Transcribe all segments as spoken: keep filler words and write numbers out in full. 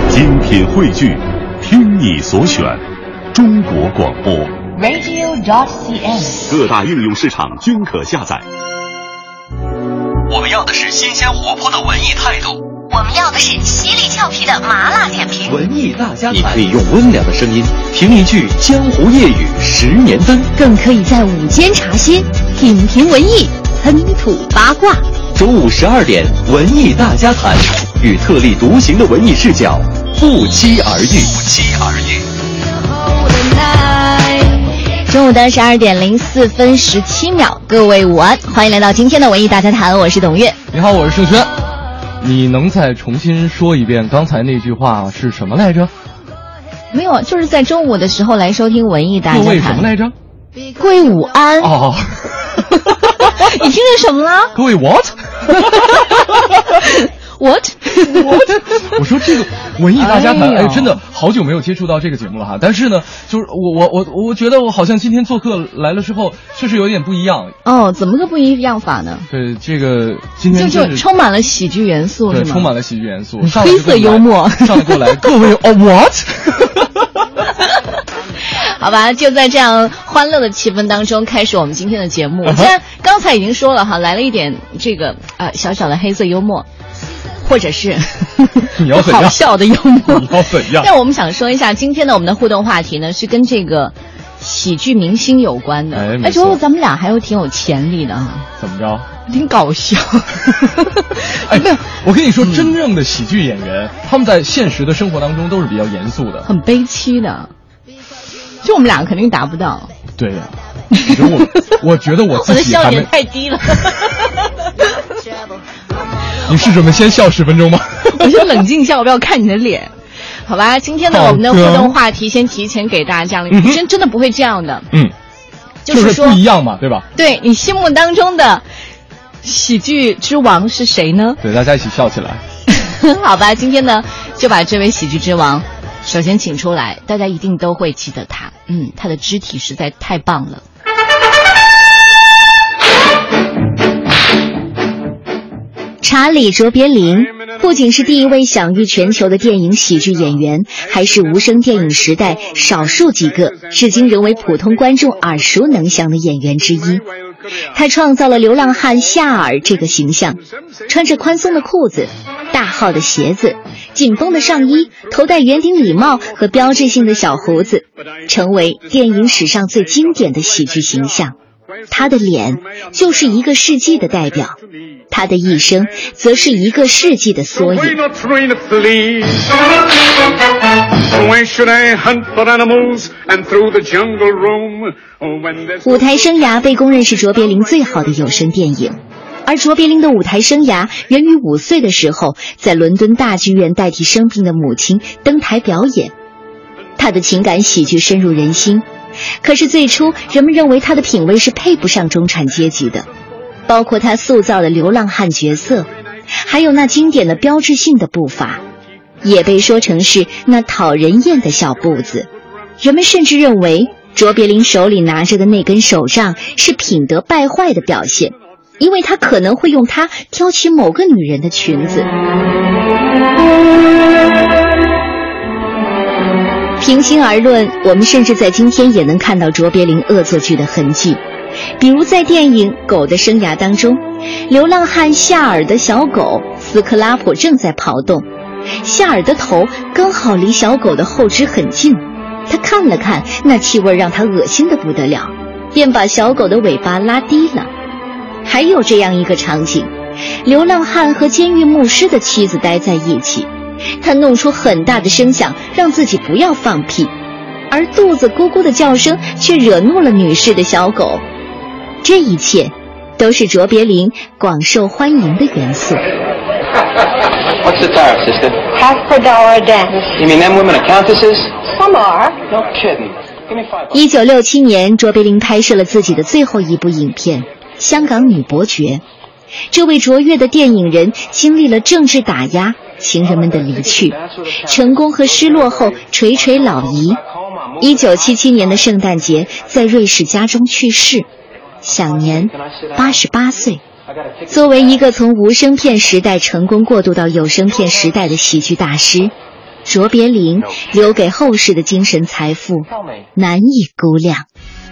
精品汇聚，听你所选，中国广播 radio dot c n， 各大应用市场均可下载。 我们要的是新鲜活泼的文艺态度， 我们要的是犀利俏皮的麻辣点评。 文艺大家谈， 你可以用温良的声音评一句江湖夜雨十年灯， 更可以在午间茶歇品评文艺，喷吐八卦。 中午十二点，文艺大家谈，与特立独行的文艺视角不期而遇。 不期而遇。 中午的十二点零四分十七秒，各位午安，欢迎来到今天的文艺大家谈，我是董月。 你好，我是盛轩。你能再重新说一遍刚才那句话是什么来着？ 没有，就是在中午的时候来收听文艺大家谈。 各位什么来着？ 各位午安。 哦。 你听着什么了？ 各位 what？ What What？ 我说这个文艺大家谈，哎， 哎， 真的好久没有接触到这个节目了哈。但是呢，就是我我我我觉得我好像今天做客来了之后，确实有点不一样。 哦，怎么个不一样法呢？ 对，这个今天就就充满了喜剧元素， 对， 是吗？ 充满了喜剧元素， 黑色幽默， 上来过来，各位哦 what？ 好吧，就在这样欢乐的气氛当中开始我们今天的节目。既然刚才已经说了哈，来了一点这个呃小小的黑色幽默，或者是你要怎样好笑的幽默， 你要怎样？ 但我们想说一下，今天的我们的互动话题呢是跟这个喜剧明星有关的， 哎， 而且咱们俩还有挺有潜力的哈。 怎么着？ 挺搞笑。 哎，我跟你说，真正的喜剧演员，他们在现实的生活当中都是比较严肃的， 很悲戚的。就我们俩肯定达不到。 对呀、啊，我我觉得我自己还没， 我的笑点太低了。 你是准备先笑十分钟吗？ 我先冷静一下，我不要看你的脸。好吧，今天的我们的互动话题先提前给大家讲了， 嗯、 真真的不会这样的。 嗯， 就是说、 就是、不一样嘛，对吧？ 对，你心目当中的喜剧之王是谁呢？ 对，大家一起笑起来。 好吧，今天呢就把这位喜剧之王首先请出来，大家一定都会记得他。嗯，他的肢体实在太棒了。查理·卓别林不仅是第一位享誉全球的电影喜剧演员，还是无声电影时代少数几个至今仍为普通观众耳熟能详的演员之一。他创造了流浪汉夏尔这个形象，穿着宽松的裤子、大号的鞋子、紧绷的上衣，头戴圆顶礼帽和标志性的小胡子，成为电影史上最经典的喜剧形象。他的脸就是一个世纪的代表，他的一生则是一个世纪的缩影。舞台生涯被公认是卓别林最好的有声电影，而卓别林的舞台生涯源于五岁的时候在伦敦大剧院代替生病的母亲登台表演。他的情感喜剧深入人心，可是最初人们认为他的品味是配不上中产阶级的，包括他塑造的流浪汉角色，还有那经典的标志性的步伐，也被说成是那讨人厌的小步子。人们甚至认为卓别林手里拿着的那根手杖是品德败坏的表现，因为他可能会用它挑起某个女人的裙子。平心而论，我们甚至在今天也能看到卓别林恶作剧的痕迹，比如在电影《狗的生涯》当中，流浪汉夏尔的小狗斯克拉普正在刨洞，夏尔的头刚好离小狗的后肢很近，他看了看，那气味让他恶心得不得了，便把小狗的尾巴拉低了。还有这样一个场景，流浪汉和监狱牧师的妻子待在一起，他弄出很大的声响让自己不要放屁，而肚子咕咕的叫声却惹怒了女士的小狗。这一切都是卓别林广受欢迎的元素。 What's the tariff, sister? Half per dollar a day. You mean them women are countesses? Some are. No kidding. Give me five bucks. 一九六七年，卓别林拍摄了自己的最后一部影片《香港女伯爵》。这位卓越的电影人经历了政治打压、情人们的离去、成功和失落后垂垂老矣。一九七七年的圣诞节，在瑞士家中去世，享年八十八岁。作为一个从无声片时代成功过渡到有声片时代的喜剧大师， 卓别林留给后世的精神财富难以估量。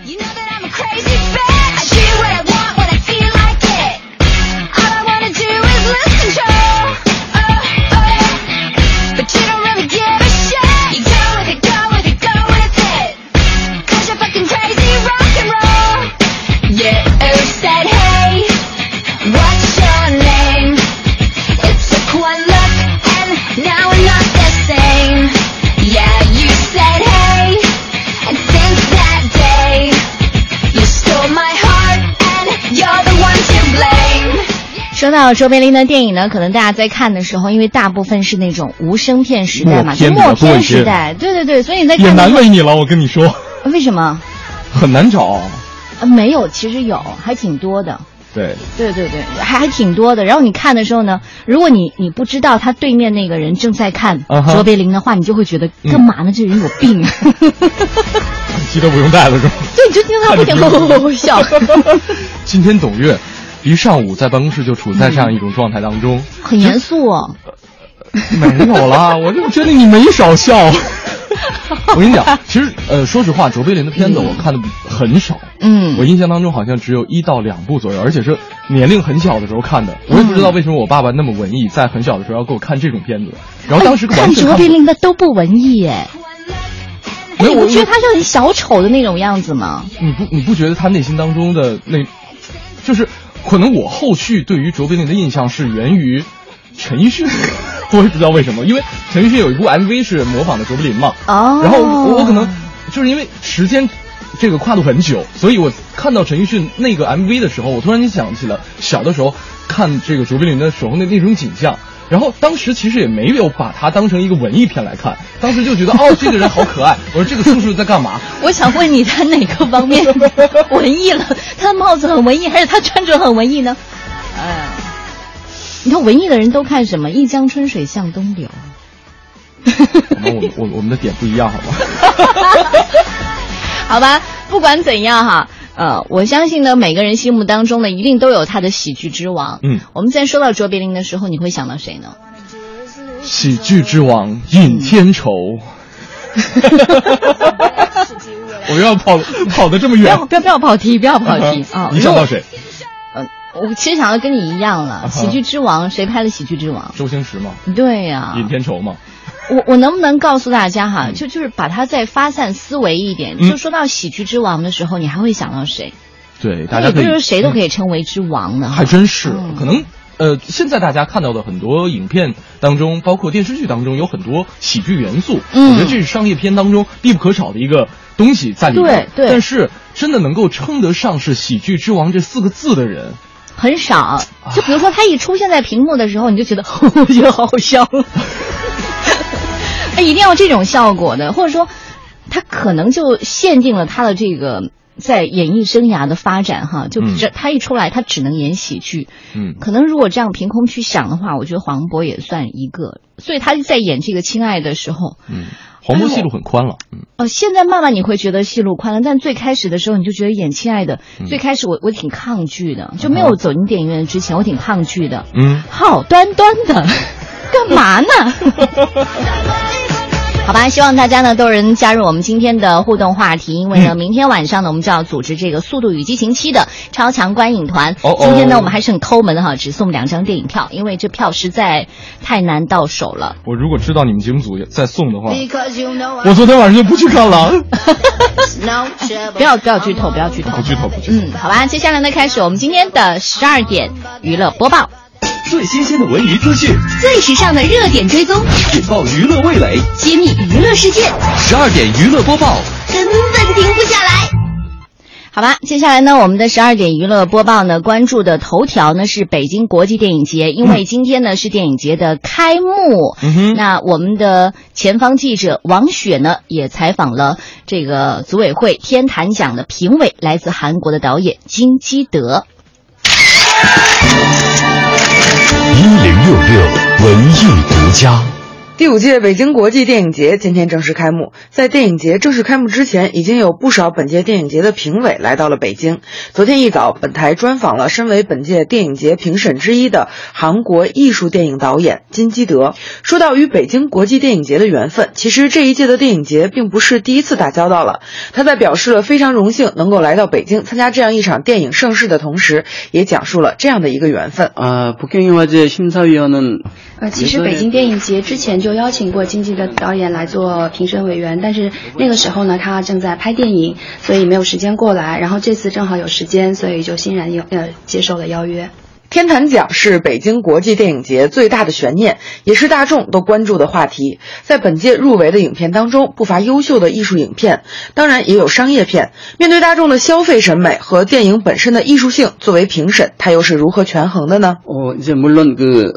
说到卓别林的电影呢，可能大家在看的时候，因为大部分是那种无声片时代嘛，就默片时代，对对对，所以你在看也难为你了，我跟你说。 为什么？ 很难找。 呃，没有，其实有，还挺多的。 对对对对，还还挺多的。然后你看的时候呢，如果你你不知道他对面那个人正在看卓别林的话， uh-huh. 你就会觉得干嘛呢？嗯、这人有病。 记得不用带了是吗？ 对，你就听他不停啵啵啵笑。 今天董月一上午在办公室就处在这样一种状态当中， 嗯、很严肃哦。 没有啦，我就觉得你没少笑。我跟你讲，其实呃，说实话，卓别林的片子我看的很少。 嗯， 我印象当中好像只有一到两部左右，而且是年龄很小的时候看的。我也不知道为什么我爸爸那么文艺，在很小的时候要给我看这种片子。然后当时完全看卓别林的都不文艺耶。 没有， 你不觉得他是很小丑的那种样子吗？ 你不你不觉得他内心当中的那，就是可能我后续对于卓别林的印象是源于陈奕迅。我也不知道为什么，因为陈奕迅有一部 M V 是模仿的卓别林嘛， 哦， 然后我可能就是因为时间这个跨度很久，所以我看到陈奕迅那个 M V 的时候，我突然间想起了小的时候看这个卓别林的时候那那种景象，然后当时其实也没有把它当成一个文艺片来看，当时就觉得哦这个人好可爱，我说这个叔叔在干嘛？ 我想问你，他哪个方面文艺了？他的帽子很文艺，还是他穿着很文艺呢？哎。你看文艺的人都看什么？一江春水向东流。 我们我我们的点不一样，好吗？ 好吧，不管怎样哈，呃，我相信呢，每个人心目当中呢，一定都有他的喜剧之王。 嗯， 我们在说到卓别林的时候，你会想到谁呢？ 喜剧之王尹天仇。我又要跑跑得这么远， 不要不要跑题，不要跑题啊！ 你想到谁？ 我其实想要跟你一样了， uh-huh. 喜剧之王谁拍的喜剧之王？ 周星驰吗？ 对呀、啊， 尹天仇吗？ 我我能不能告诉大家哈，嗯、就就是把它再发散思维一点、嗯，就说到喜剧之王的时候，你还会想到谁？ 对，大家可以， 也不是谁都可以称为之王的、嗯， 还真是、嗯。可能呃，现在大家看到的很多影片当中，包括电视剧当中，有很多喜剧元素，嗯，我觉得这是商业片当中必不可少的一个东西在里面。 对对。 但是真的能够称得上是喜剧之王这四个字的人。 很少，就比如说他一出现在屏幕的时候，你就觉得我觉得好好笑，哎，一定要这种效果的，或者说他可能就限定了他的这个在演艺生涯的发展哈，就这、嗯、他一出来他只能演喜剧， 嗯， 可能如果这样凭空去想的话，我觉得黄渤也算一个，所以他在演这个《亲爱的》时候， 嗯。黄渤戏路很宽了，嗯， 呃，现在慢慢你会觉得戏路宽了，但最开始的时候你就觉得演《亲爱的》嗯，最开始我我挺抗拒的，就没有走进电影院之前，我挺抗拒的， 嗯， 好端端的，干嘛呢？好吧，希望大家呢都能加入我们今天的互动话题，因为呢，明天晚上呢我们就要组织这个《速度与激情七》的超强观影团。 哦哦， 今天呢我们还是很抠门的哈，只送两张电影票，因为这票实在太难到手了。 我如果知道你们节目组在送的话，我昨天晚上就不去看了。 不要不要剧透，不要剧透， 不剧透不剧透。 嗯，好吧，接下来呢开始我们今天的十二点娱乐播报。 最新鲜的文娱资讯， 最时尚的热点追踪， 引爆娱乐味蕾， 揭秘娱乐事件。 十二点娱乐播报， 根本停不下来。 好吧，接下来呢，我们的十二点娱乐播报呢，关注的头条呢是北京国际电影节，因为今天呢是电影节的开幕。 嗯哼， 那我们的前方记者王雪呢也采访了这个组委会天坛奖的评委，来自韩国的导演金基德。 一零六六文艺独家。 第五届北京国际电影节今天正式开幕。在电影节正式开幕之前，已经有不少本届电影节的评委来到了北京。昨天一早，本台专访了身为本届电影节评审之一的韩国艺术电影导演金基德。说到与北京国际电影节的缘分，其实这一届的电影节并不是第一次打交道了。他在表示了非常荣幸能够来到北京参加这样一场电影盛事的同时，也讲述了这样的一个缘分。 啊，북경영화제심사위원은 呃，其实北京电影节之前就邀请过金基德导演来做评审委员，但是那个时候呢，他正在拍电影，所以没有时间过来。然后这次正好有时间，所以就欣然有呃接受了邀约。 天坛奖是北京国际电影节最大的悬念，也是大众都关注的话题。在本届入围的影片当中，不乏优秀的艺术影片，当然也有商业片。面对大众的消费审美和电影本身的艺术性，作为评审，它又是如何权衡的呢？ 어, 이제 물론 그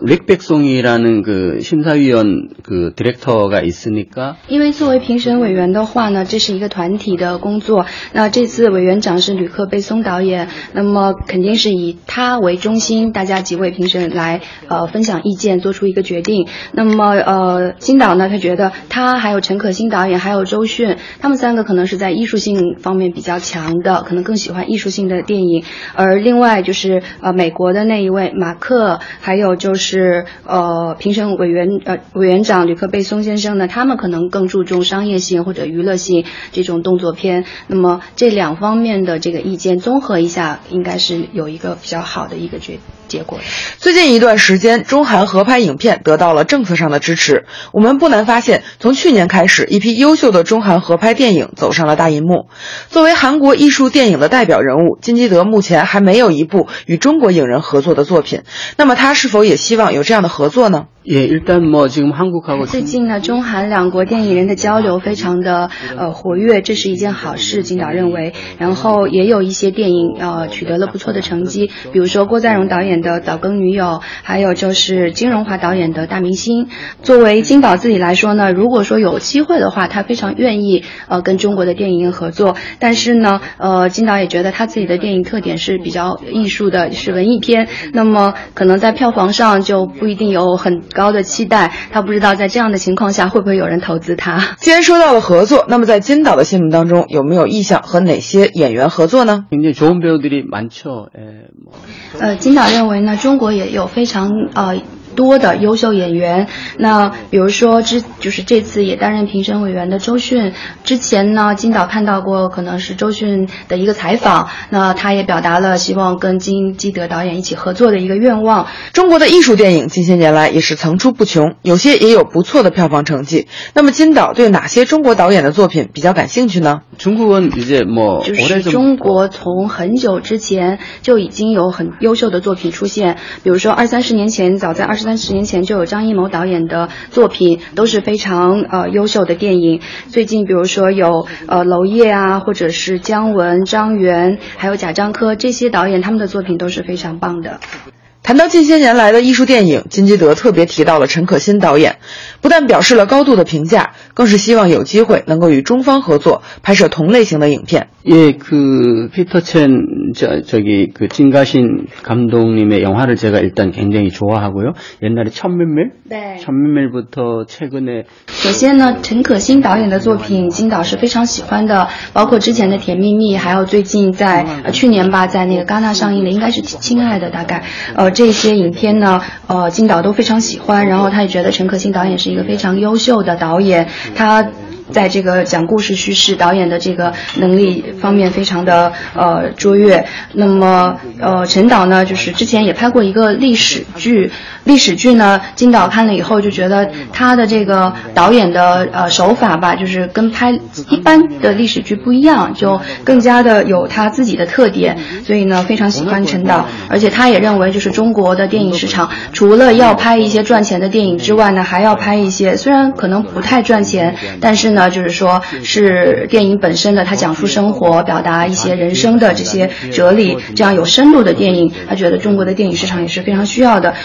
릭백송이라는 그 심사위원 그 디렉터가 있으니까. 因为作为评审委员的话呢，这是一个团体的工作。那这次委员长是吕克贝松导演，那么肯定是以他为中心。大家几位评审来呃分享意见，做出一个决定。那么呃金导呢，他觉得他还有陈可辛导演还有周迅，他们三个可能是在艺术性方面比较强的，可能更喜欢艺术性的电影。而另外就是呃美国的那一位马克，还有就是呃评审委员呃委员长吕克贝松先生呢，他们可能更注重商业性或者娱乐性这种动作片。那么这两方面的这个意见综合一下，应该是有一个比较好的一个决定。结果， 最近一段时间，中韩合拍影片得到了政策上的支持。我们不难发现，从去年开始，一批优秀的中韩合拍电影走上了大银幕。作为韩国艺术电影的代表人物，金基德目前还没有一部与中国影人合作的作品。那么他是否也希望有这样的合作呢？ 예, 일단 뭐 지금 한국하고 最近呢，中韩两国电影人的交流非常的呃活跃，这是一件好事，金导认为。然后也有一些电影呃取得了不错的成绩，比如说郭在荣导演的《早更女友》，还有就是金荣华导演的《大明星》。作为金导自己来说呢，如果说有机会的话，他非常愿意呃跟中国的电影人合作。但是呢，呃金导也觉得他自己的电影特点是比较艺术的，是文艺片，那么可能在票房上就不一定有很 高的期待，他不知道在这样的情况下会不会有人投资他。 既然说到了合作，那么在金导的心目当中，有没有意向和哪些演员合作呢？ 굉장히 좋은 배우들이 많죠. 예, 뭐. 呃，金导认为呢，中国也有非常呃 多的优秀演员。那比如说之就是这次也担任评审委员的周迅，之前呢金导看到过可能是周迅的一个采访，那他也表达了希望跟金基德导演一起合作的一个愿望。 中国的艺術电影近些年来也是层出不穷，有些也有不错的票房成绩。那么金导对哪些中国导演的作品比较感兴趣呢？ 중국은 이제 뭐 就是中国从很久之前就已经有很优秀的作品出现，比如说二三十年前，早在二十三十年前就有张艺谋导演的作品，都是非常呃优秀的电影。最近比如说有呃娄烨啊，或者是姜文、张元，还有贾樟柯这些导演，他们的作品都是非常棒的。 谈到近些年来的艺术电影，金基德特别提到了陈可辛导演，不但表示了高度的评价，更是希望有机会能够与中方合作拍摄同类型的影片。 예, 그 피터 첸 저, 저기 그 진가신 감독님의 영화를 제가 일단 굉장히 좋아하고요. 옛날에 천맨밀, 네. 천맨밀부터 최근에 首先呢，陈可辛导演的作品，金导是非常喜欢的，包括之前的《甜蜜蜜》，还有最近在呃去年吧，在那个戛纳上映的，应该是《亲爱的》，大概呃这些影片呢，呃金导都非常喜欢，然后他也觉得陈可辛导演是一个非常优秀的导演，他 在这个讲故事叙事导演的这个能力方面非常的呃卓越。那么呃陈导呢，就是之前也拍过一个历史剧，历史剧呢金导看了以后就觉得他的这个导演的呃手法吧，就是跟拍一般的历史剧不一样，就更加的有他自己的特点，所以呢非常喜欢陈导。而且他也认为，就是中国的电影市场除了要拍一些赚钱的电影之外呢，还要拍一些虽然可能不太赚钱，但是呢 就是说是电影本身的，它讲述生活，表达一些人生的这些哲理，这样有深度的电影，他觉得中国的电影市场也是非常需要的。如果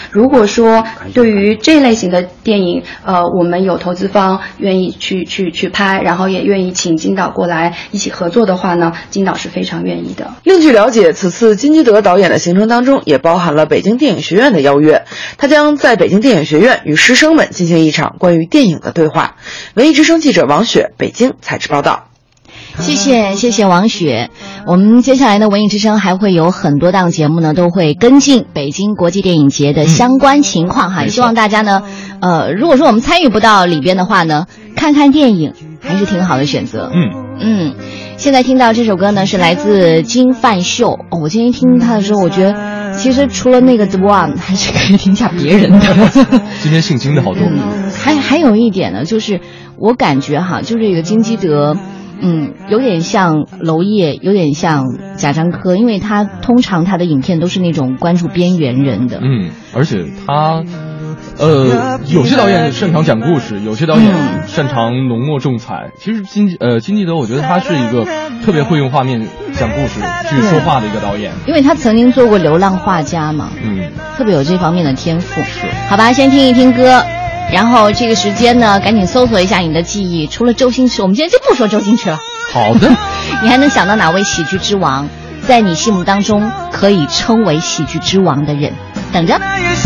说对于这类型的电影，呃，我们有投资方愿意去去去拍，然后也愿意请金导过来一起合作的话呢，金导是非常愿意的。 另据了解，此次金基德导演的行程当中也包含了北京电影学院的邀约，他将在北京电影学院与师生们进行一场关于电影的对话。文艺之声记者王雪，北京采制报道。 谢谢谢谢王雪。我们接下来的文艺之声还会有很多档节目呢，都会跟进北京国际电影节的相关情况哈。也、嗯、希望大家呢，呃，如果说我们参与不到里边的话呢，看看电影还是挺好的选择。 嗯嗯，现在听到这首歌呢，是来自金范秀。哦，我今天听他的时候，我觉得其实除了那个 The One， 还是可以听一下别人的。 今天姓金的好多。 嗯，还还有一点呢，就是我感觉哈，就这个金基德。嗯，有点像娄烨，有点像贾樟柯，因为他通常他的影片都是那种关注边缘人的。 嗯，而且他，呃，有些导演擅长讲故事，有些导演擅长浓墨重彩。其实金呃金基德，我觉得他是一个特别会用画面讲故事、去说话的一个导演。 因为他曾经做过流浪画家嘛， 嗯， 特别有这方面的天赋。 是， 好吧，先听一听歌。然后这个时间呢，赶紧搜索一下你的记忆。除了周星驰，我们今天就不说周星驰了。 好的。 你还能想到哪位喜剧之王，在你心目当中可以称为喜剧之王的人？等着。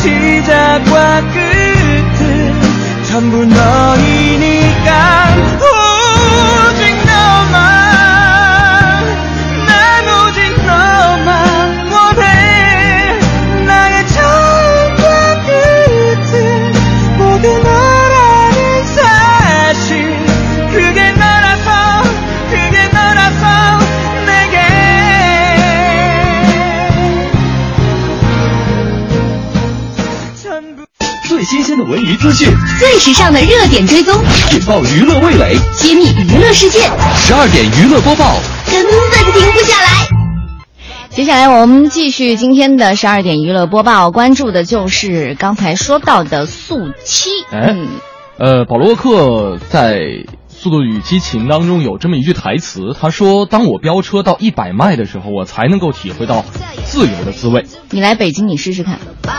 最新鲜的文娱资讯， 最时尚的热点追踪， 引爆娱乐味蕾， 揭秘娱乐世界。 十二点娱乐播报， 根本停不下来。 接下来我们继续今天的十二点娱乐播报，关注的就是刚才说到的速七。 哎， 嗯， 呃，保罗沃克在《速度与激情》当中有这么一句台词，他说：“当我飙车到一百迈的时候，我才能够体会到自由的滋味。” 你来北京，你试试看。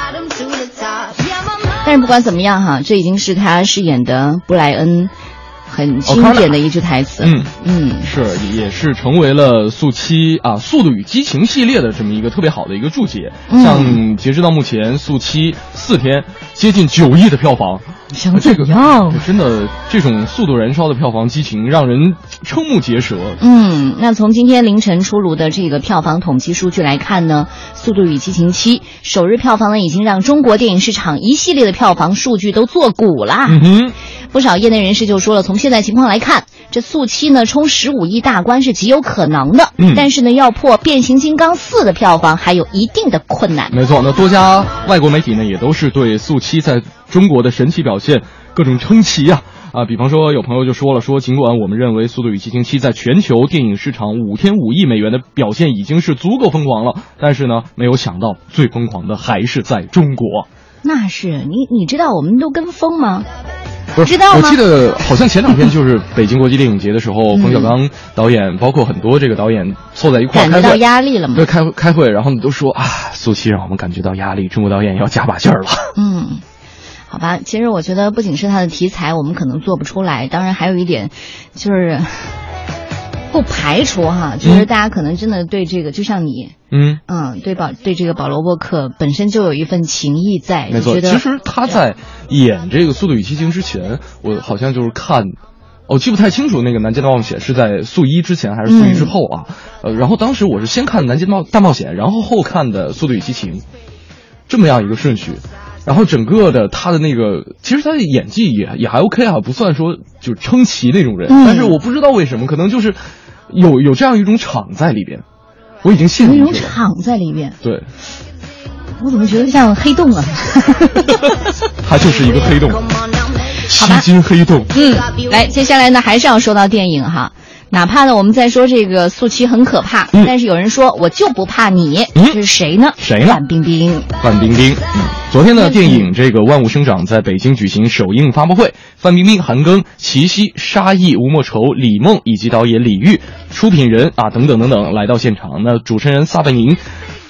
但是不管怎么样哈，这已经是他饰演的布莱恩很经典的一句台词。 嗯嗯， 是，也是成为了速七啊《速度与激情》系列的这么一个特别好的一个注解。 嗯、 像截止到目前，速七四天接近九亿的票房。 想怎样、 这个、真的这种速度燃烧的票房激情让人瞠目结舌。 嗯，那从今天凌晨出炉的这个票房统计数据来看呢，《速度与激情七》首日票房呢已经让中国电影市场一系列的票房数据都做鼓啦。 嗯哼， 不少业内人士就说了，从现在情况来看，这速七呢冲十五亿大关是极有可能的。 嗯， 但是呢要破变形金刚四的票房还有一定的困难。 没错，那多家外国媒体呢也都是对速七在中国的神奇表现各种称奇呀、啊！啊，比方说有朋友就说了，说尽管我们认为《速度与激情七》在全球电影市场五天五亿美元的表现已经是足够疯狂了，但是呢，没有想到最疯狂的还是在中国。 那是你，你知道我们都跟风吗？ 不是， 知道吗？ 我记得好像前两天就是北京国际电影节的时候，冯小刚导演，包括很多这个导演凑在一块儿开会， 感觉到压力了吗？ 对，开开会，然后都说啊，速七让我们感觉到压力，中国导演要加把劲儿了。 嗯。好吧，其实我觉得不仅是他的题材我们可能做不出来，当然还有一点就是不排除哈，就是大家可能真的对这个、嗯、就像你嗯嗯对保对这个保罗沃克本身就有一份情谊在。 没错，其实他在演这个《速度与激情》之前，我好像就是看我、哦、记不太清楚那个《南极大冒险》是在速一之前还是速一之后啊、嗯、呃，然后当时我是先看《南极大冒险》，然后后看的《速度与激情》，这么样一个顺序。然后整个的他的那个，其实他的演技也也还 OK 啊，不算说就称奇那种人、嗯，但是我不知道为什么，可能就是有有这样一种场在里边，我已经陷入有一种场在里边。 对， 我怎么觉得像黑洞啊？ 它就是一个黑洞，吸金黑洞。 嗯，来，接下来呢还是要说到电影哈。哪怕呢，我们在说这个速七很可怕、嗯，但是有人说我就不怕你，嗯、这是谁呢？ 谁呢？ 范冰冰。 范冰冰。嗯，昨天呢，电影这个《万物生长》在北京举行首映发布会，范冰冰、韩庚、齐溪、沙溢、吴莫愁、李梦以及导演李玉、出品人啊等等等等来到现场。那主持人撒贝宁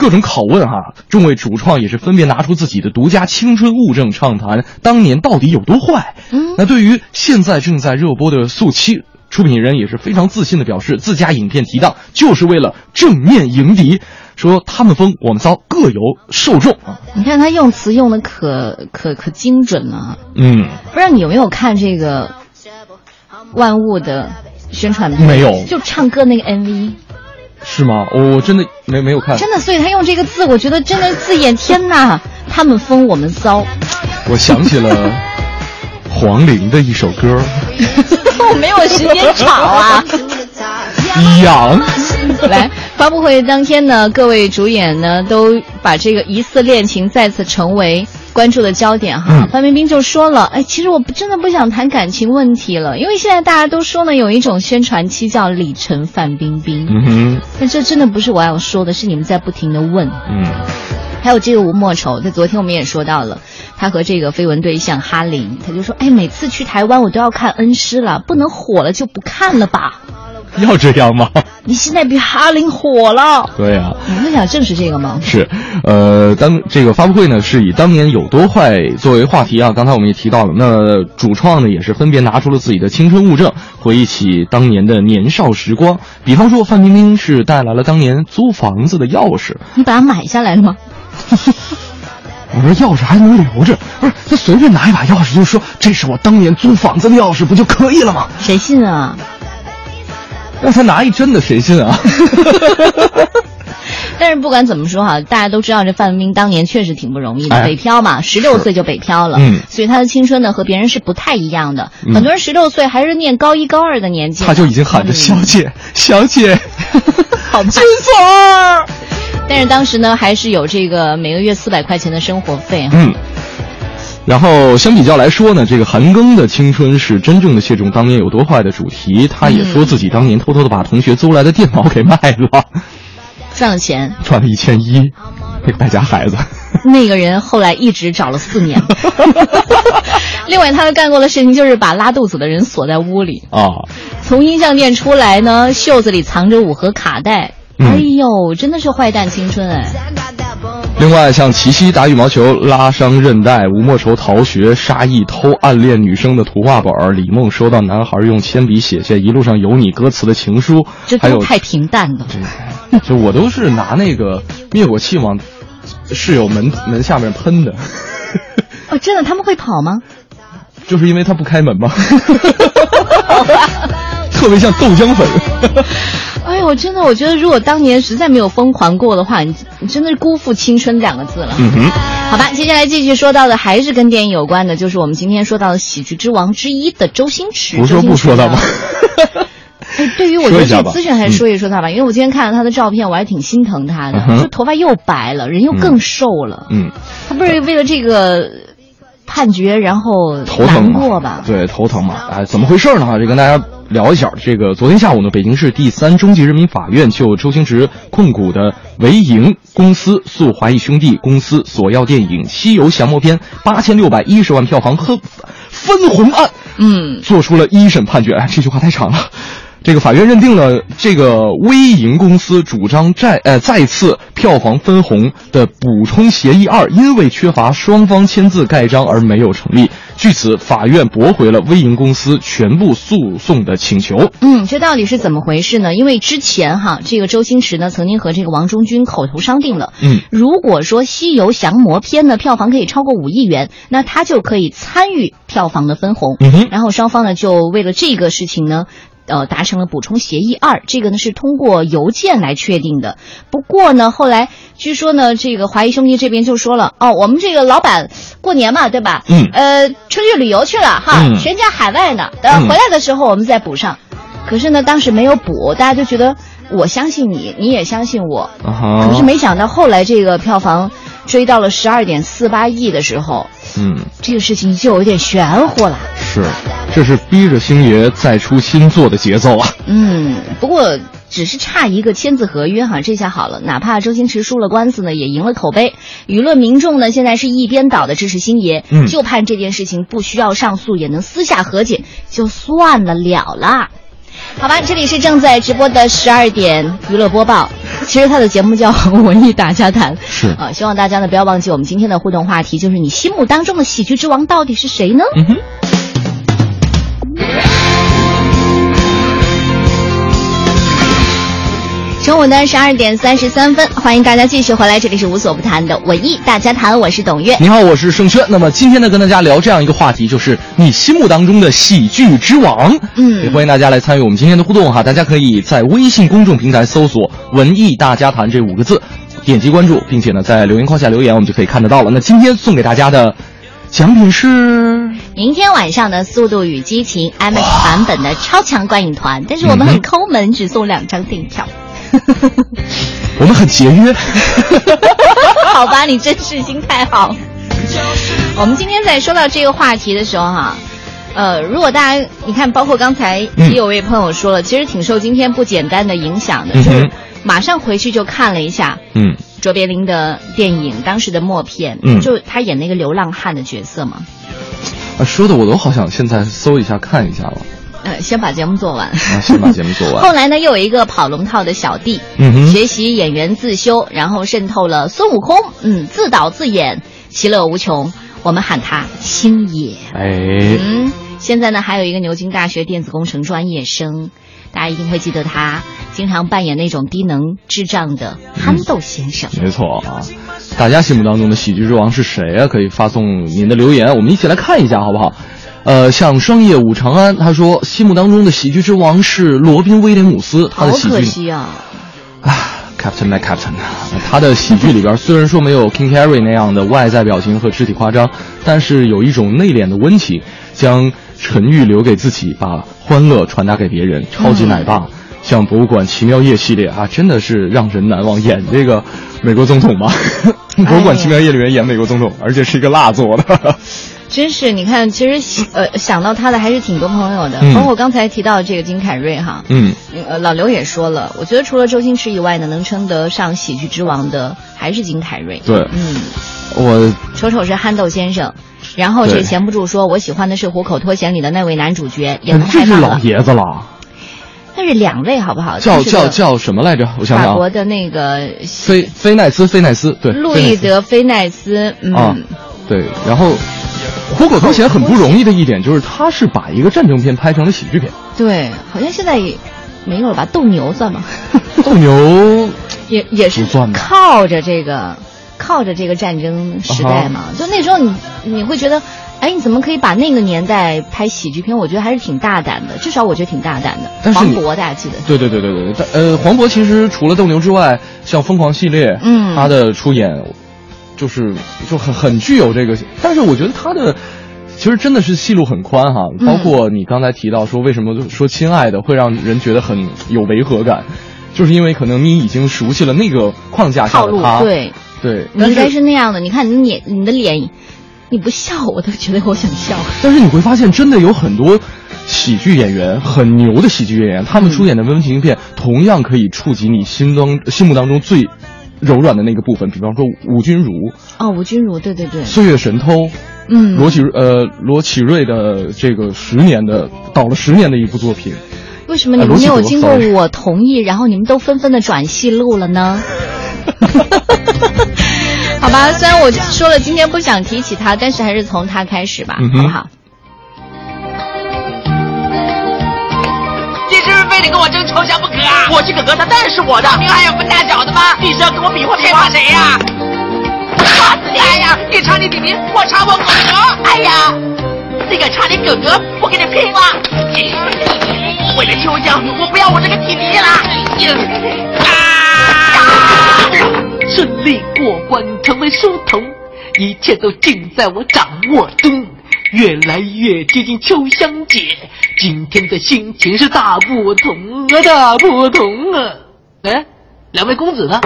各种拷问哈，众位主创也是分别拿出自己的独家青春物证，畅谈当年到底有多坏。嗯，那对于现在正在热播的《速七》，出品人也是非常自信的表示，自家影片提档就是为了正面迎敌，说他们疯我们骚各有受众啊。 你看他用词用的可可可精准了。 嗯， 不知道你有没有看这个万物的宣传片？ 没有， 就唱歌那个 M V。 是吗？我真的没没有看。 真的，所以他用这个字，我觉得真的字眼，天哪，他们疯我们骚。 我想起了黄龄的一首歌。 我没有时间吵啊。 痒。 来，发布会当天呢，各位主演呢都把这个疑似恋情再次成为关注的焦点哈。嗯、范冰冰就说了，哎，其实我真的不想谈感情问题了，因为现在大家都说呢，有一种宣传期叫李晨范冰冰。嗯哼，但这真的不是我要说的，是你们在不停的问。嗯。还有这个吴莫愁，在昨天我们也说到了，他和这个绯闻对象哈林，他就说，哎，每次去台湾我都要看恩师了，不能火了就不看了吧。 要这样吗？ 你现在比哈林火了。 对啊， 你们想正视这个吗？ 是，呃，当这个发布会呢是以当年有多坏作为话题啊。刚才我们也提到了，那主创呢也是分别拿出了自己的青春物证，回忆起当年的年少时光。比方说，范冰冰是带来了当年租房子的钥匙。 你把它买下来了吗？ 我说钥匙还能留着，不是他随便拿一把钥匙就说这是我当年租房子的钥匙，不就可以了吗？ 谁信啊？ 让他拿一真的谁信啊？ 但是不管怎么说哈，大家都知道这范冰冰当年确实挺不容易的，哎、北漂嘛，十六岁就北漂了，嗯，所以她的青春呢和别人是不太一样的。嗯、很多人十六岁还是念高一高二的年纪， 他就已经喊着小姐、嗯、小姐， 好金锁儿。但是当时呢，还是有这个每个月四百块钱的生活费。 嗯。然后相比较来说呢，这个韩庚的青春是真正的切中当年有多坏的主题。他也说自己当年偷偷的把同学租来的电脑给卖了， 赚了钱， 赚了一千一，那个败家孩子。 那个人后来一直找了四年。另外，他干过的事情就是把拉肚子的人锁在屋里啊，从音像店出来呢，袖子里藏着五盒卡带。嗯、哎呦，真的是坏蛋青春哎！ 另外，像齐溪打羽毛球拉伤韧带，吴莫愁逃学，沙溢偷暗恋女生的图画本，李梦收到男孩用铅笔写下一路上有你歌词的情书， 这都太平淡了。 就我都是拿那个灭火器往室友门门下面喷的。 哦，真的？他们会跑吗？ 就是因为他不开门吗？特别像豆浆粉。 哎呦，真的，我觉得如果当年实在没有疯狂过的话，你你真的是辜负青春两个字了。嗯哼。好吧，接下来继续说到的还是跟电影有关的，就是我们今天说到的喜剧之王之一的周星驰。 不说不说他吗？ 哎，对于我觉得这个资讯还是说一说他吧，嗯、因为我今天看了他的照片，我还挺心疼他的，嗯、就头发又白了，人又更瘦了。嗯。他不是为了这个判决然后难过吧？ 对，头疼嘛。哎，怎么回事呢？这跟大家聊一下，这个昨天下午呢，北京市第三中级人民法院就周星驰控股的维盈公司诉华谊兄弟公司索要电影《西游降魔篇》八千六百一十万票房分分红案，嗯，做出了一审判决。哎，这句话太长了。这个法院认定了这个微盈公司主张再呃再次票房分红的补充协议二，因为缺乏双方签字盖章而没有成立。据此，法院驳回了微盈公司全部诉讼的请求。 嗯，这到底是怎么回事呢？因为之前哈，这个周星驰呢曾经和这个王中军口头商定了，嗯，如果说《西游降魔篇》的票房可以超过五亿元，那他就可以参与票房的分红。嗯哼，然后双方呢就为了这个事情呢。呃，达成了补充协议二，这个呢是通过邮件来确定的。不过呢，后来据说呢，这个华谊兄弟这边就说了，哦，我们这个老板过年嘛，对吧？嗯。呃，出去旅游去了哈，嗯、全家海外呢，等回来的时候我们再补上。嗯、可是呢，当时没有补，大家就觉得我相信你，你也相信我。Uh-huh. 可是没想到后来这个票房追到了十二点四八亿的时候。嗯，这个事情就有点玄乎了。 是，这是逼着星爷再出新作的节奏啊。 嗯，不过只是差一个签字合约哈，这下好了，哪怕周星驰输了官司呢，也赢了口碑。舆论民众呢，现在是一边倒的支持星爷，嗯，就盼这件事情不需要上诉，也能私下和解，就算了了了。好吧，这里是正在直播的十二点娱乐播报。 其实他的节目叫文艺大家谈， 是啊、呃，希望大家呢不要忘记我们今天的互动话题，就是你心目当中的喜剧之王到底是谁呢？ 嗯哼。 中午的十二点三十三分，欢迎大家继续回来，这里是无所不谈的文艺大家谈，我是董月。 你好，我是盛轩。那么今天呢，跟大家聊这样一个话题，就是你心目当中的喜剧之王。 嗯， 也欢迎大家来参与我们今天的互动哈，大家可以在微信公众平台搜索“文艺大家谈”这五个字，点击关注，并且呢在留言框下留言，我们就可以看得到了。那今天送给大家的奖品是明天晚上的《速度与激情》I M A X 版本的超强观影团，但是我们很抠门，嗯、只送两张电影票。 我们很节约。 好吧，你真是心太好。我们今天在说到这个话题的时候哈，呃，如果大家你看，包括刚才也有位朋友说了，嗯、其实挺受今天不简单的影响的，嗯、就是马上回去就看了一下，嗯，卓别林的电影，当时的默片，嗯，就他演那个流浪汉的角色嘛。 啊，说的我都好想现在搜一下看一下了。 呃，先把节目做完。 啊，先把节目做完。 后来呢，又有一个跑龙套的小弟， 嗯哼， 学习演员自修，然后渗透了孙悟空，嗯，自导自演，其乐无穷。我们喊他星爷。 哎， 嗯，现在呢，还有一个牛津大学电子工程专业生，大家一定会记得他，经常扮演那种低能智障的憨豆先生。 嗯、没错啊，大家心目当中的喜剧之王是谁啊？可以发送您的留言，我们一起来看一下，好不好？呃，像商业五长安，他说心目当中的喜剧之王是罗宾威廉姆斯，他的喜剧。 好可惜啊！ 啊 ，Captain My Captain， 他的喜剧里边虽然说没有 King Harry 那样的外在表情和肢体夸张，但是有一种内敛的温情，将沉郁留给自己，把欢乐传达给别人。超级奶爸，嗯、像博物馆奇妙夜系列啊，真的是让人难忘。演这个美国总统吧，博物馆奇妙夜里面演美国总统，而且是一个蜡做的。 真是，你看，其实呃想到他的还是挺多朋友的，嗯、包括刚才提到这个金凯瑞哈， 嗯， 呃老刘也说了，我觉得除了周星驰以外呢，能称得上喜剧之王的还是金凯瑞。 对， 嗯， 我丑丑是憨豆先生，然后这闲不住说，我喜欢的是《虎口脱险》里的那位男主角，演得太棒了。 这是老爷子了。 那是两位好不好？ 叫叫叫什么来着？我想想， 法国的那个菲菲奈斯，菲奈斯，对， 路易德菲奈斯，嗯， 啊、对，然后。虎口脱险很不容易的一点就是，他是把一个战争片拍成了喜剧片。 对，好像现在也没有了吧？斗牛算吗？ 斗牛也也是靠着这个靠着这个战争时代嘛。Uh-huh. 就那时候你你会觉得，哎，你怎么可以把那个年代拍喜剧片？我觉得还是挺大胆的，至少我觉得挺大胆的。 但是黄渤大家记得？ 对对对对对对，呃，黄渤其实除了斗牛之外，像疯狂系列， 嗯， 他的出演。就是就很很具有这个，但是我觉得他的其实真的是戏路很宽哈，包括你刚才提到说为什么说亲爱的会让人觉得很有违和感，就是因为可能你已经熟悉了那个框架下的他， 对对， 你应该是那样的。你看你脸，你的脸，你不笑我都觉得我想笑。 但是你会发现，真的有很多喜剧演员，很牛的喜剧演员，他们出演的温情片，同样可以触及你心当心目当中最柔软的那个部分，比方说吴君如哦，吴君如，对对对， 岁月神偷， 嗯， 罗启呃罗启瑞的这个十年的倒了十年的一部作品， 为什么你们没有经过我同意，然后你们都纷纷的转戏路了呢？好吧，虽然我说了今天不想提起他，但是还是从他开始吧， 嗯、 好不好？ 你是不是非得跟我争抽象不可啊？我是哥哥，他当然是我的。您还有分大小的吗？你是要跟我比划比划谁呀、啊？打死你！哎呀，你查你弟弟，我查我哥哥。哎呀，你敢查你哥哥，我跟你拼了！为了抽象，我不要我这个弟弟了。啊！顺利过关，成为书童，一切都尽在我掌握中。越来越接近秋香节，今天的心情是大不同啊，大不同啊！哎，两位公子呢？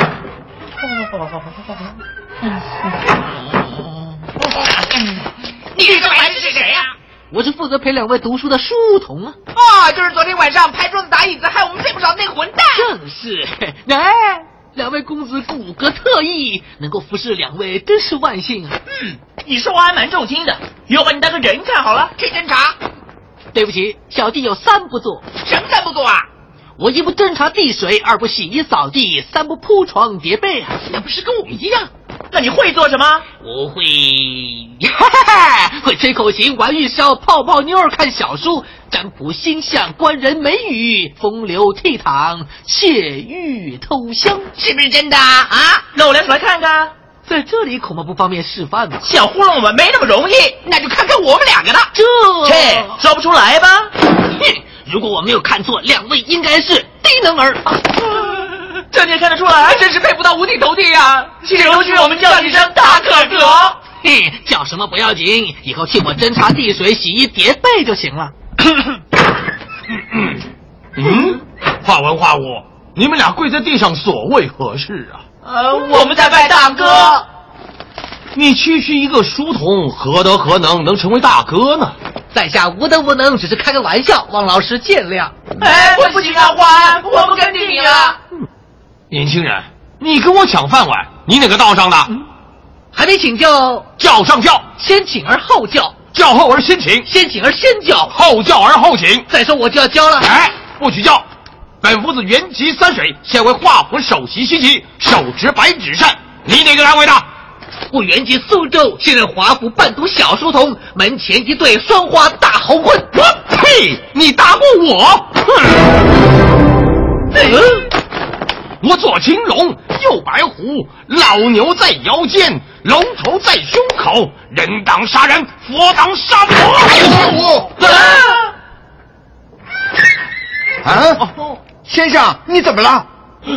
你这白痴是谁呀、啊？我是负责陪两位读书的书童啊。 哦，就是昨天晚上拍桌子打椅子害我们睡不着那个混蛋。 正是，哎，两位公子骨骼特异，能够服侍两位真是万幸啊。 嗯，你说话还蛮重听的，以后把你当个人看好了。去侦查。 对不起，小弟有三不做。 什么三不做啊？ 我一不侦查地水，二不洗衣扫地，三不铺床叠被啊，那不是跟我们一样？ 那你会做什么？ 我会，哈哈哈，会吹口琴、玩玉箫、泡泡妞、看小书、占卜星象、观人美语、风流倜傥、窃玉偷香，是不是真的啊？ 那我来出来看看。 在这里恐怕不方便示范吧？ 想糊弄我们没那么容易， 那就看看我们两个的。这切，说不出来吧？ 哼，如果我没有看错，两位应该是低能儿。 这你也看得出来，真是佩服到五体投地呀、啊！请容许我们叫几声大可可。 嘿，叫什么不要紧，以后替我侦查地水、洗衣叠被就行了。 嗯，话文话武，你们俩跪在地上所为何事啊？ 呃，我们在拜大哥。 你区区一个书童，何德何能能成为大哥呢？ 在下无德无能，只是开个玩笑，望老师见谅。 哎，不行啊，欢，我不跟着你了。 嗯，年轻人，你跟我抢饭碗，你哪个道上的？嗯、 还没请教， 叫上教， 先请而后教， 教后而先请， 先请而先教， 后教而后请。 再说我就要教了。 哎，不许教！本夫子原籍三水，现为华府首席西岐，手执白纸扇。你哪个单位的？ 我原籍苏州，现任华府伴读小书童，门前一对双花大豪棍。 我呸！你打过我？哼！嗯，我左青龙，右白虎，老牛在腰间，龙头在胸口，人当杀人，佛当杀佛。 啊！啊，先生，你怎么了？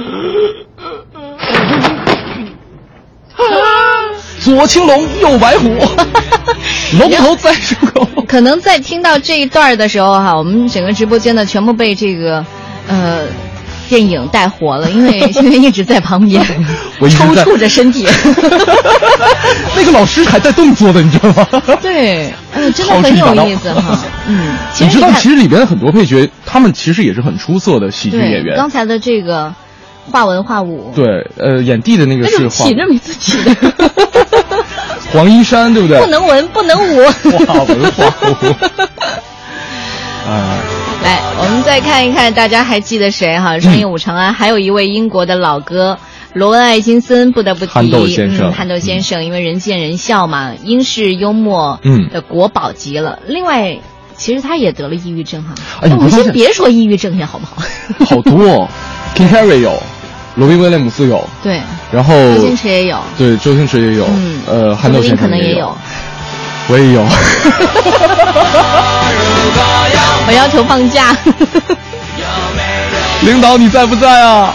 左青龙，右白虎，龙头在胸口。 可能在听到这一段的时候哈，我们整个直播间呢全部被这个呃电影带活了，因为因为一直在旁边抽搐着身体。 那个老师还在动作的，你知道吗？ 对，嗯，真的很有意思哈。嗯， 你知道，其实里边的很多配角，他们其实也是很出色的喜剧演员。 刚才的这个华文华武， 对，呃，演弟的那个是华，起这名字起的。 黄一山，对不对？ 不能文，不能武。 华文华武。哎。 来，我们再看一看，大家还记得谁哈？商业武长安，嗯、还有一位英国的老哥罗恩·艾金森，不得不提憨豆先生。 嗯、憨豆先生，因为人见人笑嘛，英式幽默的国宝级了。嗯、另外，其实他也得了抑郁症哈。 哎， 我们先别说抑郁症也好不好？ 好多哦 ，King Harry 有，罗宾·威廉姆斯有， 对， 然后周星驰也有， 对，周星驰也有，嗯、呃，憨豆先生可能也有。 我也有， 我要求放假。 领导你在不在啊？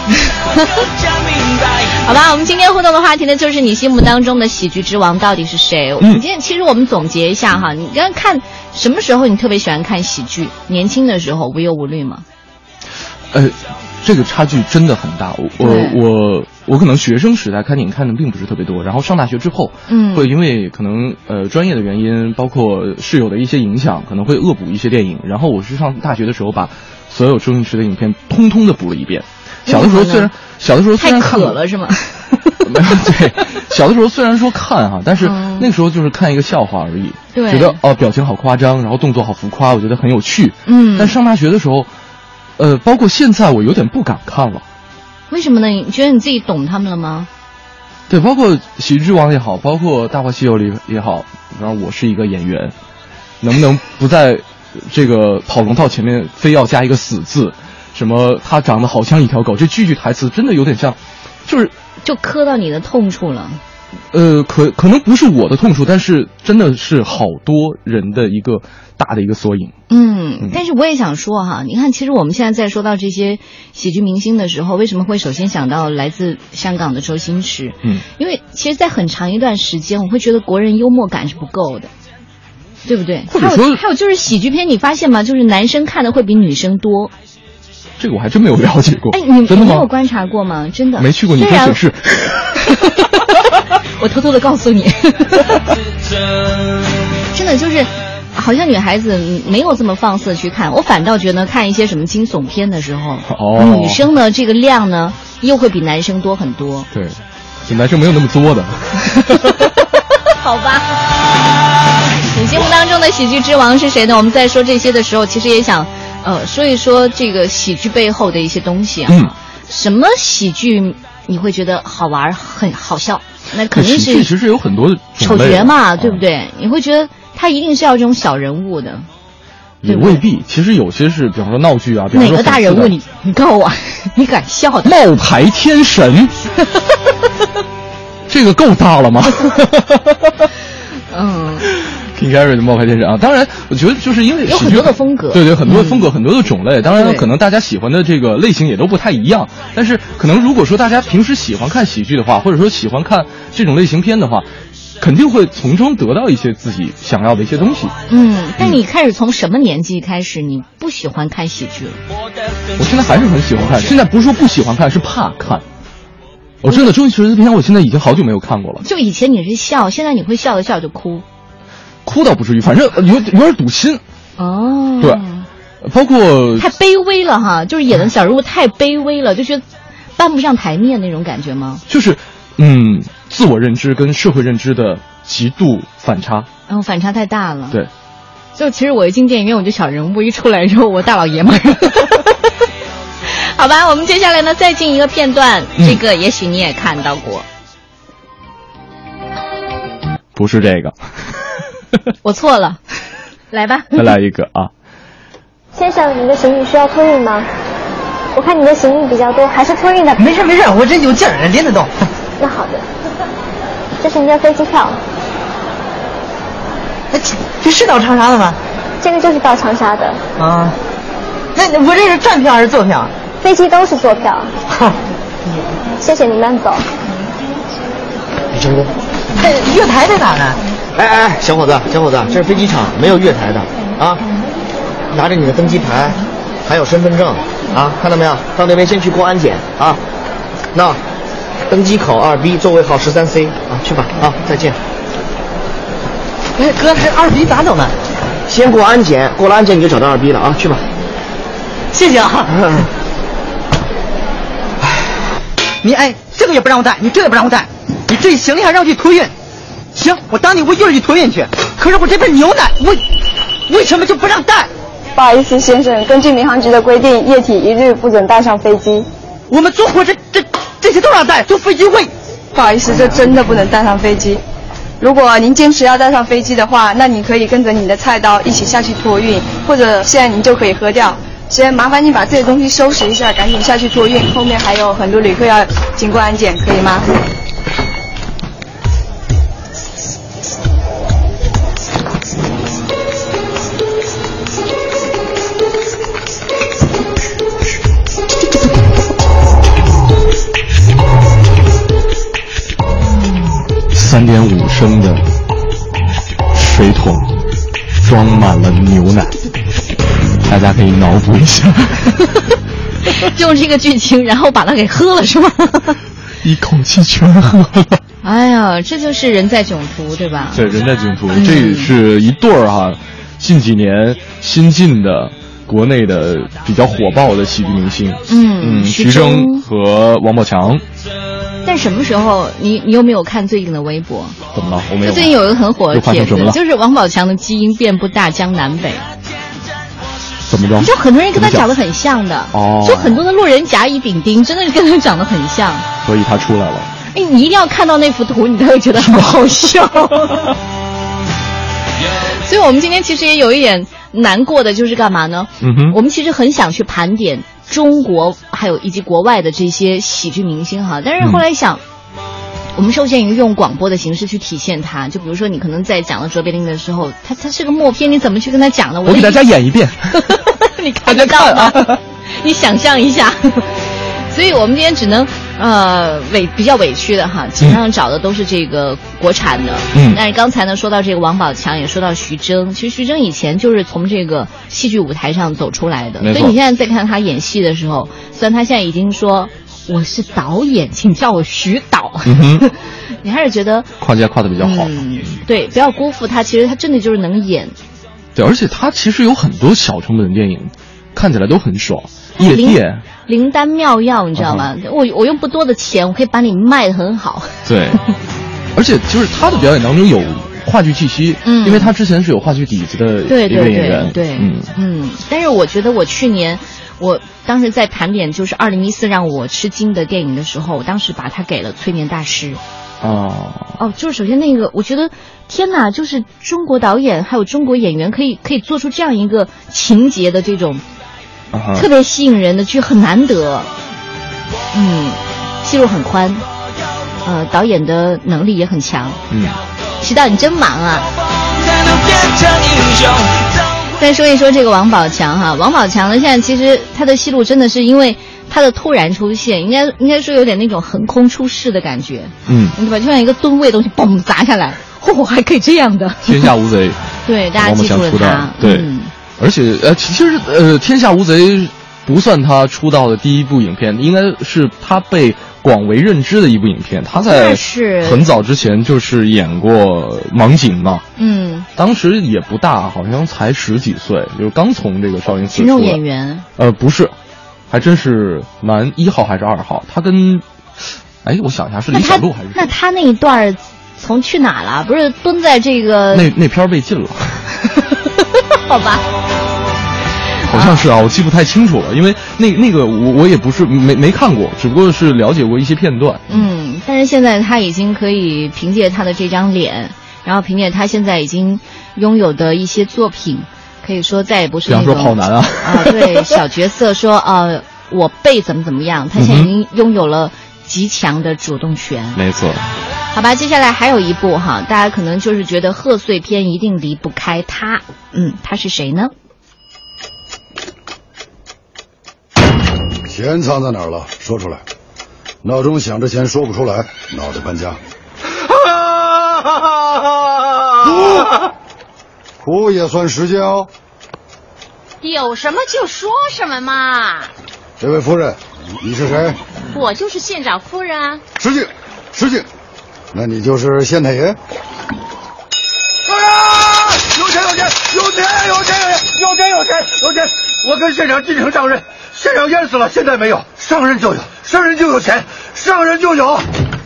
好吧，我们今天互动的话题呢，就是你心目当中的喜剧之王到底是谁？嗯、今天其实我们总结一下哈，你刚看什么时候你特别喜欢看喜剧？年轻的时候无忧无虑吗？ 呃，这个差距真的很大。我我我我可能学生时代看电影看的并不是特别多，然后上大学之后，嗯，会因为可能呃专业的原因，包括室友的一些影响，可能会恶补一些电影。然后我是上大学的时候把所有周星驰的影片通通的补了一遍。小的时候虽然小的时候虽然太渴了是吗？ 没有，对，小的时候虽然说看哈，但是那个时候就是看一个笑话而已， 对， 觉得哦表情好夸张，然后动作好浮夸，我觉得很有趣。 嗯， 但上大学的时候。呃，包括现在我有点不敢看了。 为什么呢？你觉得你自己懂他们了吗？ 对，包括《喜剧之王》也好，包括《大话西游》里也好，然后我是一个演员，能不能不在这个跑龙套前面非要加一个死字？什么他长得好像一条狗，这句句台词真的有点像，就是就磕到你的痛处了。 呃，可可能不是我的痛处，但是真的是好多人的一个大的一个缩影。 嗯，但是我也想说哈，你看，其实我们现在在说到这些喜剧明星的时候，为什么会首先想到来自香港的周星驰？ 嗯， 因为其实，在很长一段时间，我会觉得国人幽默感是不够的，对不对？ 或者说， 还有就是喜剧片，你发现吗？就是男生看的会比女生多。 这个我还真没有了解过。 哎，你真的吗？ 没有观察过吗？真的没去过，你可以解释。 我偷偷的告诉你，真的就是好像女孩子没有这么放肆去看，我反倒觉得看一些什么惊悚片的时候， 哦， 女生呢这个量呢又会比男生多很多。 对，这男生没有那么作的。 好吧，你心目当中的喜剧之王是谁呢？我们在说这些的时候，其实也想呃，所以说这个喜剧背后的一些东西啊， 嗯， 什么喜剧你会觉得好玩、很好笑？那肯定是喜剧其实有很多的丑角嘛，对不对？你会觉得他一定是要这种小人物的。 也未必，其实有些是，比方说闹剧啊，比方说哪个大人物你你告诉我，你敢笑的？ 冒牌天神，这个够大了吗？ 嗯 ，King Gary 的冒牌天神啊，当然，我觉得就是因为有很多的风格， 对对，很多的风格， 嗯、 很多的种类，当然可能大家喜欢的这个类型也都不太一样，但是可能如果说大家平时喜欢看喜剧的话，或者说喜欢看这种类型片的话。肯定会从中得到一些自己想要的一些东西。 嗯，但你开始从什么年纪开始你不喜欢看喜剧了？ 我现在还是很喜欢看，现在不是说不喜欢看，是怕看。我真的周星驰的片，我现在已经好久没有看过了。 就以前你是笑，现在你会笑着笑着哭。 哭倒不至于，反正有有点堵心。 哦， 对，包括太卑微了哈，就是演的小人物太卑微了，就觉得搬不上台面那种感觉吗？ 就是。嗯，自我认知跟社会认知的极度反差， 嗯、哦，反差太大了。 对， 就其实我一进电影院，我就小人物一出来之后，我大老爷们儿。好吧，我们接下来呢再进一个片段，嗯、这个也许你也看到过。 不是这个， 我错了，来吧。 再来一个啊。 先生，你的行李需要托运吗？我看你的行李比较多，还是托运的。 没事没事，我这有劲儿，拎得动。 那好的，这是您的飞机票。 这这是到长沙的吗？ 这个就是到长沙的。 啊，那我这是站票还是坐票？ 飞机都是坐票。好，谢谢你慢走。 李成功， 这月台在哪呢？ 哎哎，小伙子，小伙子，这是飞机场，没有月台的啊！拿着你的登机牌，还有身份证啊，看到没有？到那边先去过安检啊。那。登机口二 B 座位号十三 C 啊，去吧啊，再见。 哎，哥，这二 B 咋走呢？ 先过安检，过了安检你就找到二 B 了啊，去吧。 谢谢啊。嗯、你哎，这个也不让我带，你这个也不让我带，你这行李还让我去托运。行，我当你我一会儿去托运去。可是我这瓶牛奶，我为什么就不让带？ 不好意思，先生，根据民航局的规定，液体一律不准带上飞机。 我们坐火车这这些都让带，就飞机会。 不好意思，这真的不能带上飞机。如果您坚持要带上飞机的话，那你可以跟着你的菜刀一起下去托运，或者现在您就可以喝掉。先麻烦你把这些东西收拾一下，赶紧下去托运。后面还有很多旅客要经过安检，可以吗？ 三点五升的水桶装满了牛奶，大家可以脑补一下。 就这个剧情，然后把它给喝了是吗？ 一口气全喝了。 哎呀，这就是人在囧途，对吧？ 对，人在囧途，嗯、这是一对儿哈，近几年新进的国内的比较火爆的喜剧明星。 嗯嗯，徐峥和王宝强。 但什么时候你你有没有看最近的微博？ 怎么了？我没有。 最近有一个很火的帖子， 了就是王宝强的基因遍布大江南北。 怎么着？ 就很多人跟他长得很像的， 哦， 就很多的路人甲乙丙丁，真的跟他长得很像。 所以他出来了。 哎，你一定要看到那幅图，你才会觉得很好笑。所以我们今天其实也有一点难过的，就是干嘛呢？ 嗯哼， 我们其实很想去盘点中国还有以及国外的这些喜剧明星哈，但是后来想。嗯，我们受限于用广播的形式去体现它，就比如说你可能在讲到卓别林的时候，他他是个默片，你怎么去跟他讲呢？ 我给大家演一遍， 你看得到吗？啊、你想象一下。所以我们今天只能呃委比较委屈的哈，基本上找的都是这个国产的。嗯，但是刚才呢说到这个王宝强，也说到徐峥，其实徐峥以前就是从这个戏剧舞台上走出来的，所以你现在再看他演戏的时候，虽然他现在已经说。我是导演，请叫我徐导。嗯、你还是觉得跨界跨的比较好。 嗯，对，不要辜负他。其实他真的就是能演。 对，而且他其实有很多小成本的电影，看起来都很爽。夜店、 灵丹妙药，你知道吗？嗯、我我用不多的钱，我可以把你卖得很好。 对，而且就是他的表演当中有话剧气息， 嗯， 因为他之前是有话剧底子的一个演员， 对对对对， 嗯嗯。但是我觉得我去年，我当时在盘点就是二零一四让我吃惊的电影的时候，我当时把它给了催眠大师。 哦哦，就是首先那个，我觉得天哪，就是中国导演还有中国演员可以可以做出这样一个情节的这种、uh-huh. 特别吸引人的剧，很难得。嗯，戏路很宽，呃，导演的能力也很强。 嗯， 徐导你真忙啊。再说一说这个王宝强哈，王宝强呢，现在其实他的戏路真的是因为他的突然出现，应该应该说有点那种横空出世的感觉。 嗯， 对吧？就像一个吨位的东西嘣砸下来，嚯、哦，还可以这样的。 天下无贼。 对，大家记住了他。 对、 嗯， 而且呃，其实呃，天下无贼不算他出道的第一部影片，应该是他被广为认知的一部影片。他在很早之前就是演过盲井嘛。嗯，当时也不大，好像才十几岁，就是刚从这个少林寺出来。群众演员？ 呃，不是。还真是男一号还是二号？他跟，哎，我想一下，是李小璐还是？ 那他那一段从去哪了？不是蹲在这个？ 那那片被禁了。 好吧。 好像是啊，我记不太清楚了，因为那那个我我也不是没没看过，只不过是了解过一些片段。 嗯，但是现在他已经可以凭借他的这张脸，然后凭借他现在已经拥有的一些作品。可以说再也不是那种， 比方说跑男啊， 啊，对，小角色说呃，我背怎么怎么样，他现在已经拥有了极强的主动权。 没错。 好吧，接下来还有一部哈，大家可能就是觉得贺岁片一定离不开他，嗯，他是谁呢？ 钱藏在哪儿了？说出来。闹钟响之前说不出来，脑袋搬家。哭也算时间哦。 有什么就说什么嘛。 这位夫人，你是谁？ 我就是县长夫人啊。 失敬，失敬。那你就是县太爷？ 啊！有钱有钱有钱有钱有钱有钱有钱！我跟县长进城上任，县长淹死了，现在没有，上任就有，上任就有钱，上任就有。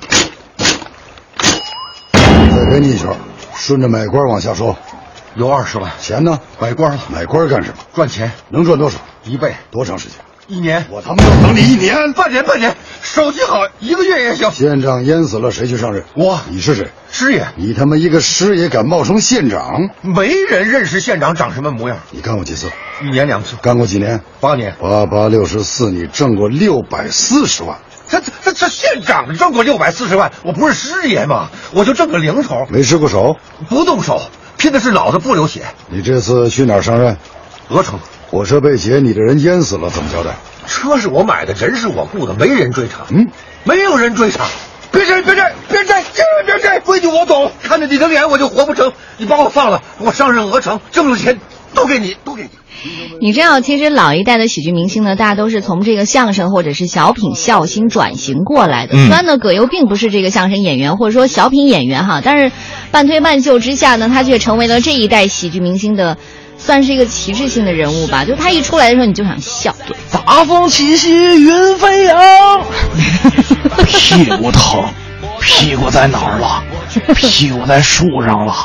再给你一圈，顺着买官往下说。 有二十万， 钱呢？ 买官了。 买官干什么？ 赚钱。 能赚多少？ 一倍。 多长时间？ 一年。 我他妈要等你一年。 半年，半年。手气好，一个月也行。 县长淹死了，谁去上任？ 我。 你是谁？ 师爷。 你他妈一个师爷敢冒充县长？ 没人认识县长长什么模样。 你干过几次？ 一年两次。 干过几年？ 八年。 八八六十四，你挣过六百四十万。 这这这县长挣过六百四十万，我不是师爷吗？我就挣个零头。 没失过手？ 不动手。拼的是脑子不流血。 你这次去哪儿上任？ 鹅城。 火车被劫，你的人淹死了，怎么交代？ 车是我买的，人是我雇的，没人追查。 嗯， 没有人追查。别追，别追，别追，千万别追！规矩我懂，看着你的脸我就活不成。你把我放了，我上任鹅城，挣了钱都给你，都给你。 你知道，其实老一代的喜剧明星呢，大家都是从这个相声或者是小品笑星转型过来的。 嗯、 虽然呢，葛优并不是这个相声演员或者说小品演员哈，但是半推半就之下呢，他却成为了这一代喜剧明星的，算是一个旗帜性的人物吧。就他一出来的时候，你就想笑。 大风起兮云飞扬，屁股疼，屁股在哪儿了？屁股在树上了。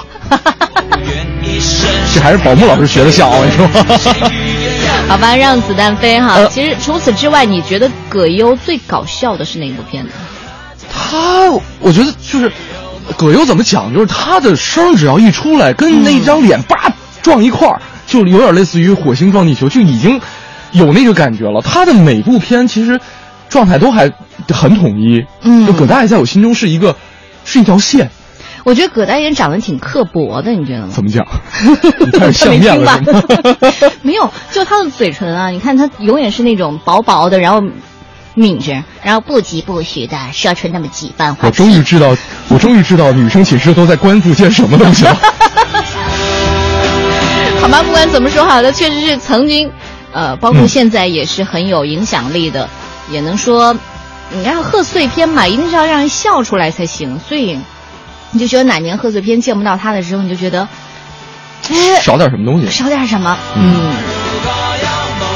这还是宝木老师学的像，我跟你说。 好吧，让子弹飞哈、呃。其实除此之外，你觉得葛优最搞笑的是哪部片子？ 他，我觉得就是葛优怎么讲，就是他的声只要一出来，跟那张脸叭撞一块儿，就有点类似于火星撞地球，就已经有那个感觉了。他的每部片其实状态都还很统一。嗯，就葛大爷在我心中是一个是一条线。 我觉得葛大爷长得挺刻薄的，你觉得吗？ 怎么讲？你太相面了是吗？ 没有，就他的嘴唇啊，你看他永远是那种薄薄的，然后抿着，然后不疾不徐的说出那么几番话。 我终于知道，我终于知道女生寝室都在关注些什么东西了。 好吧，不管怎么说哈，他确实是曾经，呃，包括现在也是很有影响力的，嗯、也能说，你看贺岁片嘛，一定是要让人笑出来才行，所以。你就觉得哪年贺岁片见不到他的时候，你就觉得，哎， 少点什么东西， 少点什么，嗯。 其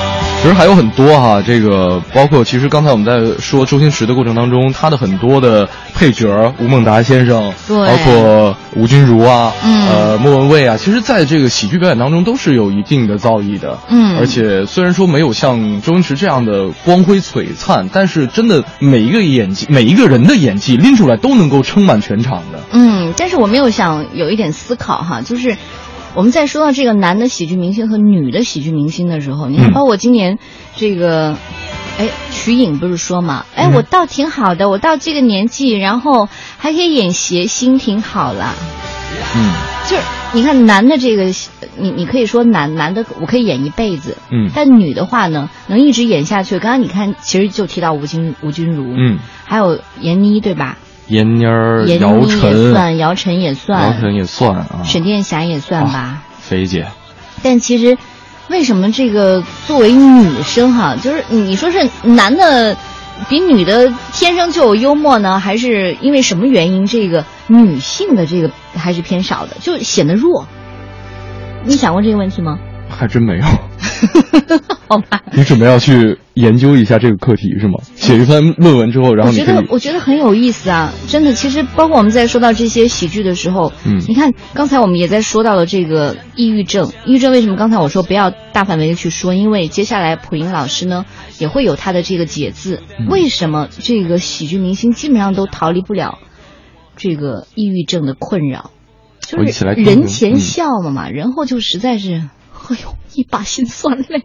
其实还有很多哈，这个包括其实刚才我们在说周星驰的过程当中，他的很多的配角，吴孟达先生， 对， 包括吴君如啊， 嗯， 呃，莫文蔚啊，其实在这个喜剧表演当中都是有一定的造诣的， 嗯， 而且虽然说没有像周星驰这样的光辉璀璨，但是真的每一个演技，每一个人的演技拎出来都能够撑满全场的。 嗯，但是我没有想有一点思考哈，就是我们在说到这个男的喜剧明星和女的喜剧明星的时候，你看，包括今年这个，哎，瞿颖不是说嘛，哎，我倒挺好的，我到这个年纪，然后还可以演谐星，挺好了。 嗯， 就是你看男的这个，你你可以说男男的我可以演一辈子， 嗯， 但女的话呢，能一直演下去。刚刚你看，其实就提到吴君吴君如， 嗯， 还有闫妮，对吧？ 闫妮儿、 闫姚妮也晨算，姚晨也算， 姚晨也算啊， 沈殿霞也算吧， 啊、肥姐。 但其实，为什么这个作为女生哈，就是你说是男的比女的天生就有幽默呢，还是因为什么原因这个女性的这个还是偏少的，就显得弱？你想过这个问题吗？ 还真没有。 好吧， 你准备要去研究一下这个课题是吗？写一番论文之后，然后你可以。 我觉得我觉得很有意思啊，真的。其实包括我们在说到这些喜剧的时候， 嗯， 你看刚才我们也在说到了这个抑郁症。抑郁症为什么刚才我说不要大范围的去说？因为接下来普英老师呢也会有他的这个解字， 嗯、 为什么这个喜剧明星基本上都逃离不了这个抑郁症的困扰？就是人前笑嘛嘛，嗯、人后就实在是，哎呦，一把辛酸泪。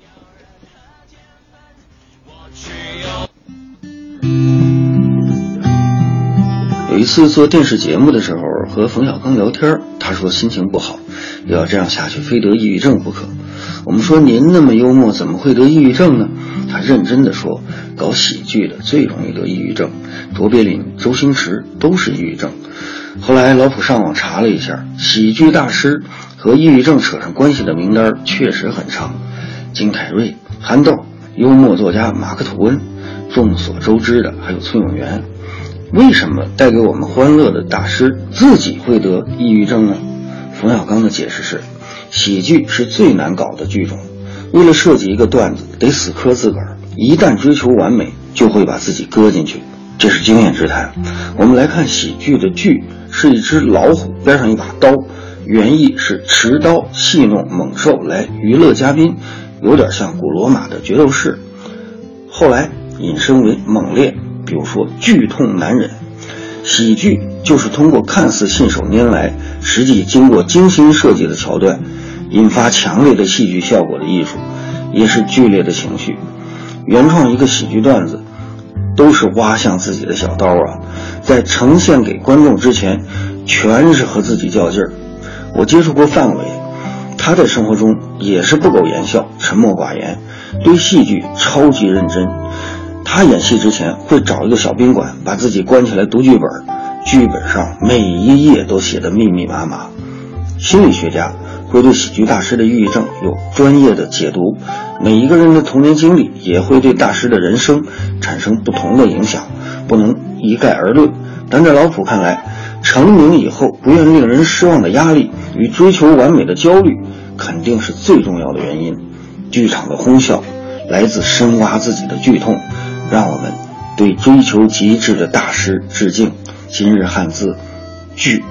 有一次做电视节目的时候，和冯小刚聊天，他说心情不好，要这样下去非得抑郁症不可。我们说您那么幽默，怎么会得抑郁症呢？他认真地说，搞喜剧的最容易得抑郁症，卓别林、周星驰都是抑郁症。后来老普上网查了一下，喜剧大师和抑郁症扯上关系的名单确实很长，金凯瑞、憨豆、幽默作家马克·吐温，众所周知的还有崔永元。为什么带给我们欢乐的大师自己会得抑郁症呢？冯小刚的解释是，喜剧是最难搞的剧种，为了设计一个段子得死磕自个儿，一旦追求完美就会把自己搁进去，这是经验之谈。我们来看喜剧的剧是一只老虎边上一把刀，原意是持刀戏弄猛兽来娱乐嘉宾，有点像古罗马的决斗士，后来引申为猛烈，比如说剧痛难忍。喜剧就是通过看似信手拈来，实际经过精心设计的桥段，引发强烈的戏剧效果的艺术，也是剧烈的情绪。原创一个喜剧段子都是挖向自己的小刀啊，在呈现给观众之前全是和自己较劲儿。我接触过范伟，他在生活中也是不苟言笑，沉默寡言，对戏剧超级认真。他演戏之前会找一个小宾馆，把自己关起来读剧本，剧本上每一页都写得密密麻麻。心理学家会对喜剧大师的抑郁症有专业的解读，每一个人的童年经历也会对大师的人生产生不同的影响，不能一概而论。但在老普看来，成名以后不愿令人失望的压力与追求完美的焦虑肯定是最重要的原因。剧场的哄笑来自深挖自己的剧痛，让我们对追求极致的大师致敬。今日汉字剧。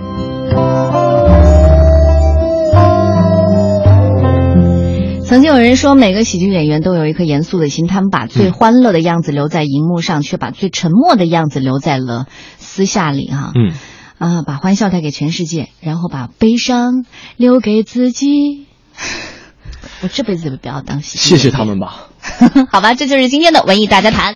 曾经有人说，每个喜剧演员都有一颗严肃的心，他们把最欢乐的样子留在荧幕上，却把最沉默的样子留在了私下里哈。 嗯， 啊，把欢笑带给全世界，然后把悲伤留给自己。我这辈子不要当喜剧演员。 谢谢他们吧。 好吧，这就是今天的文艺大家谈。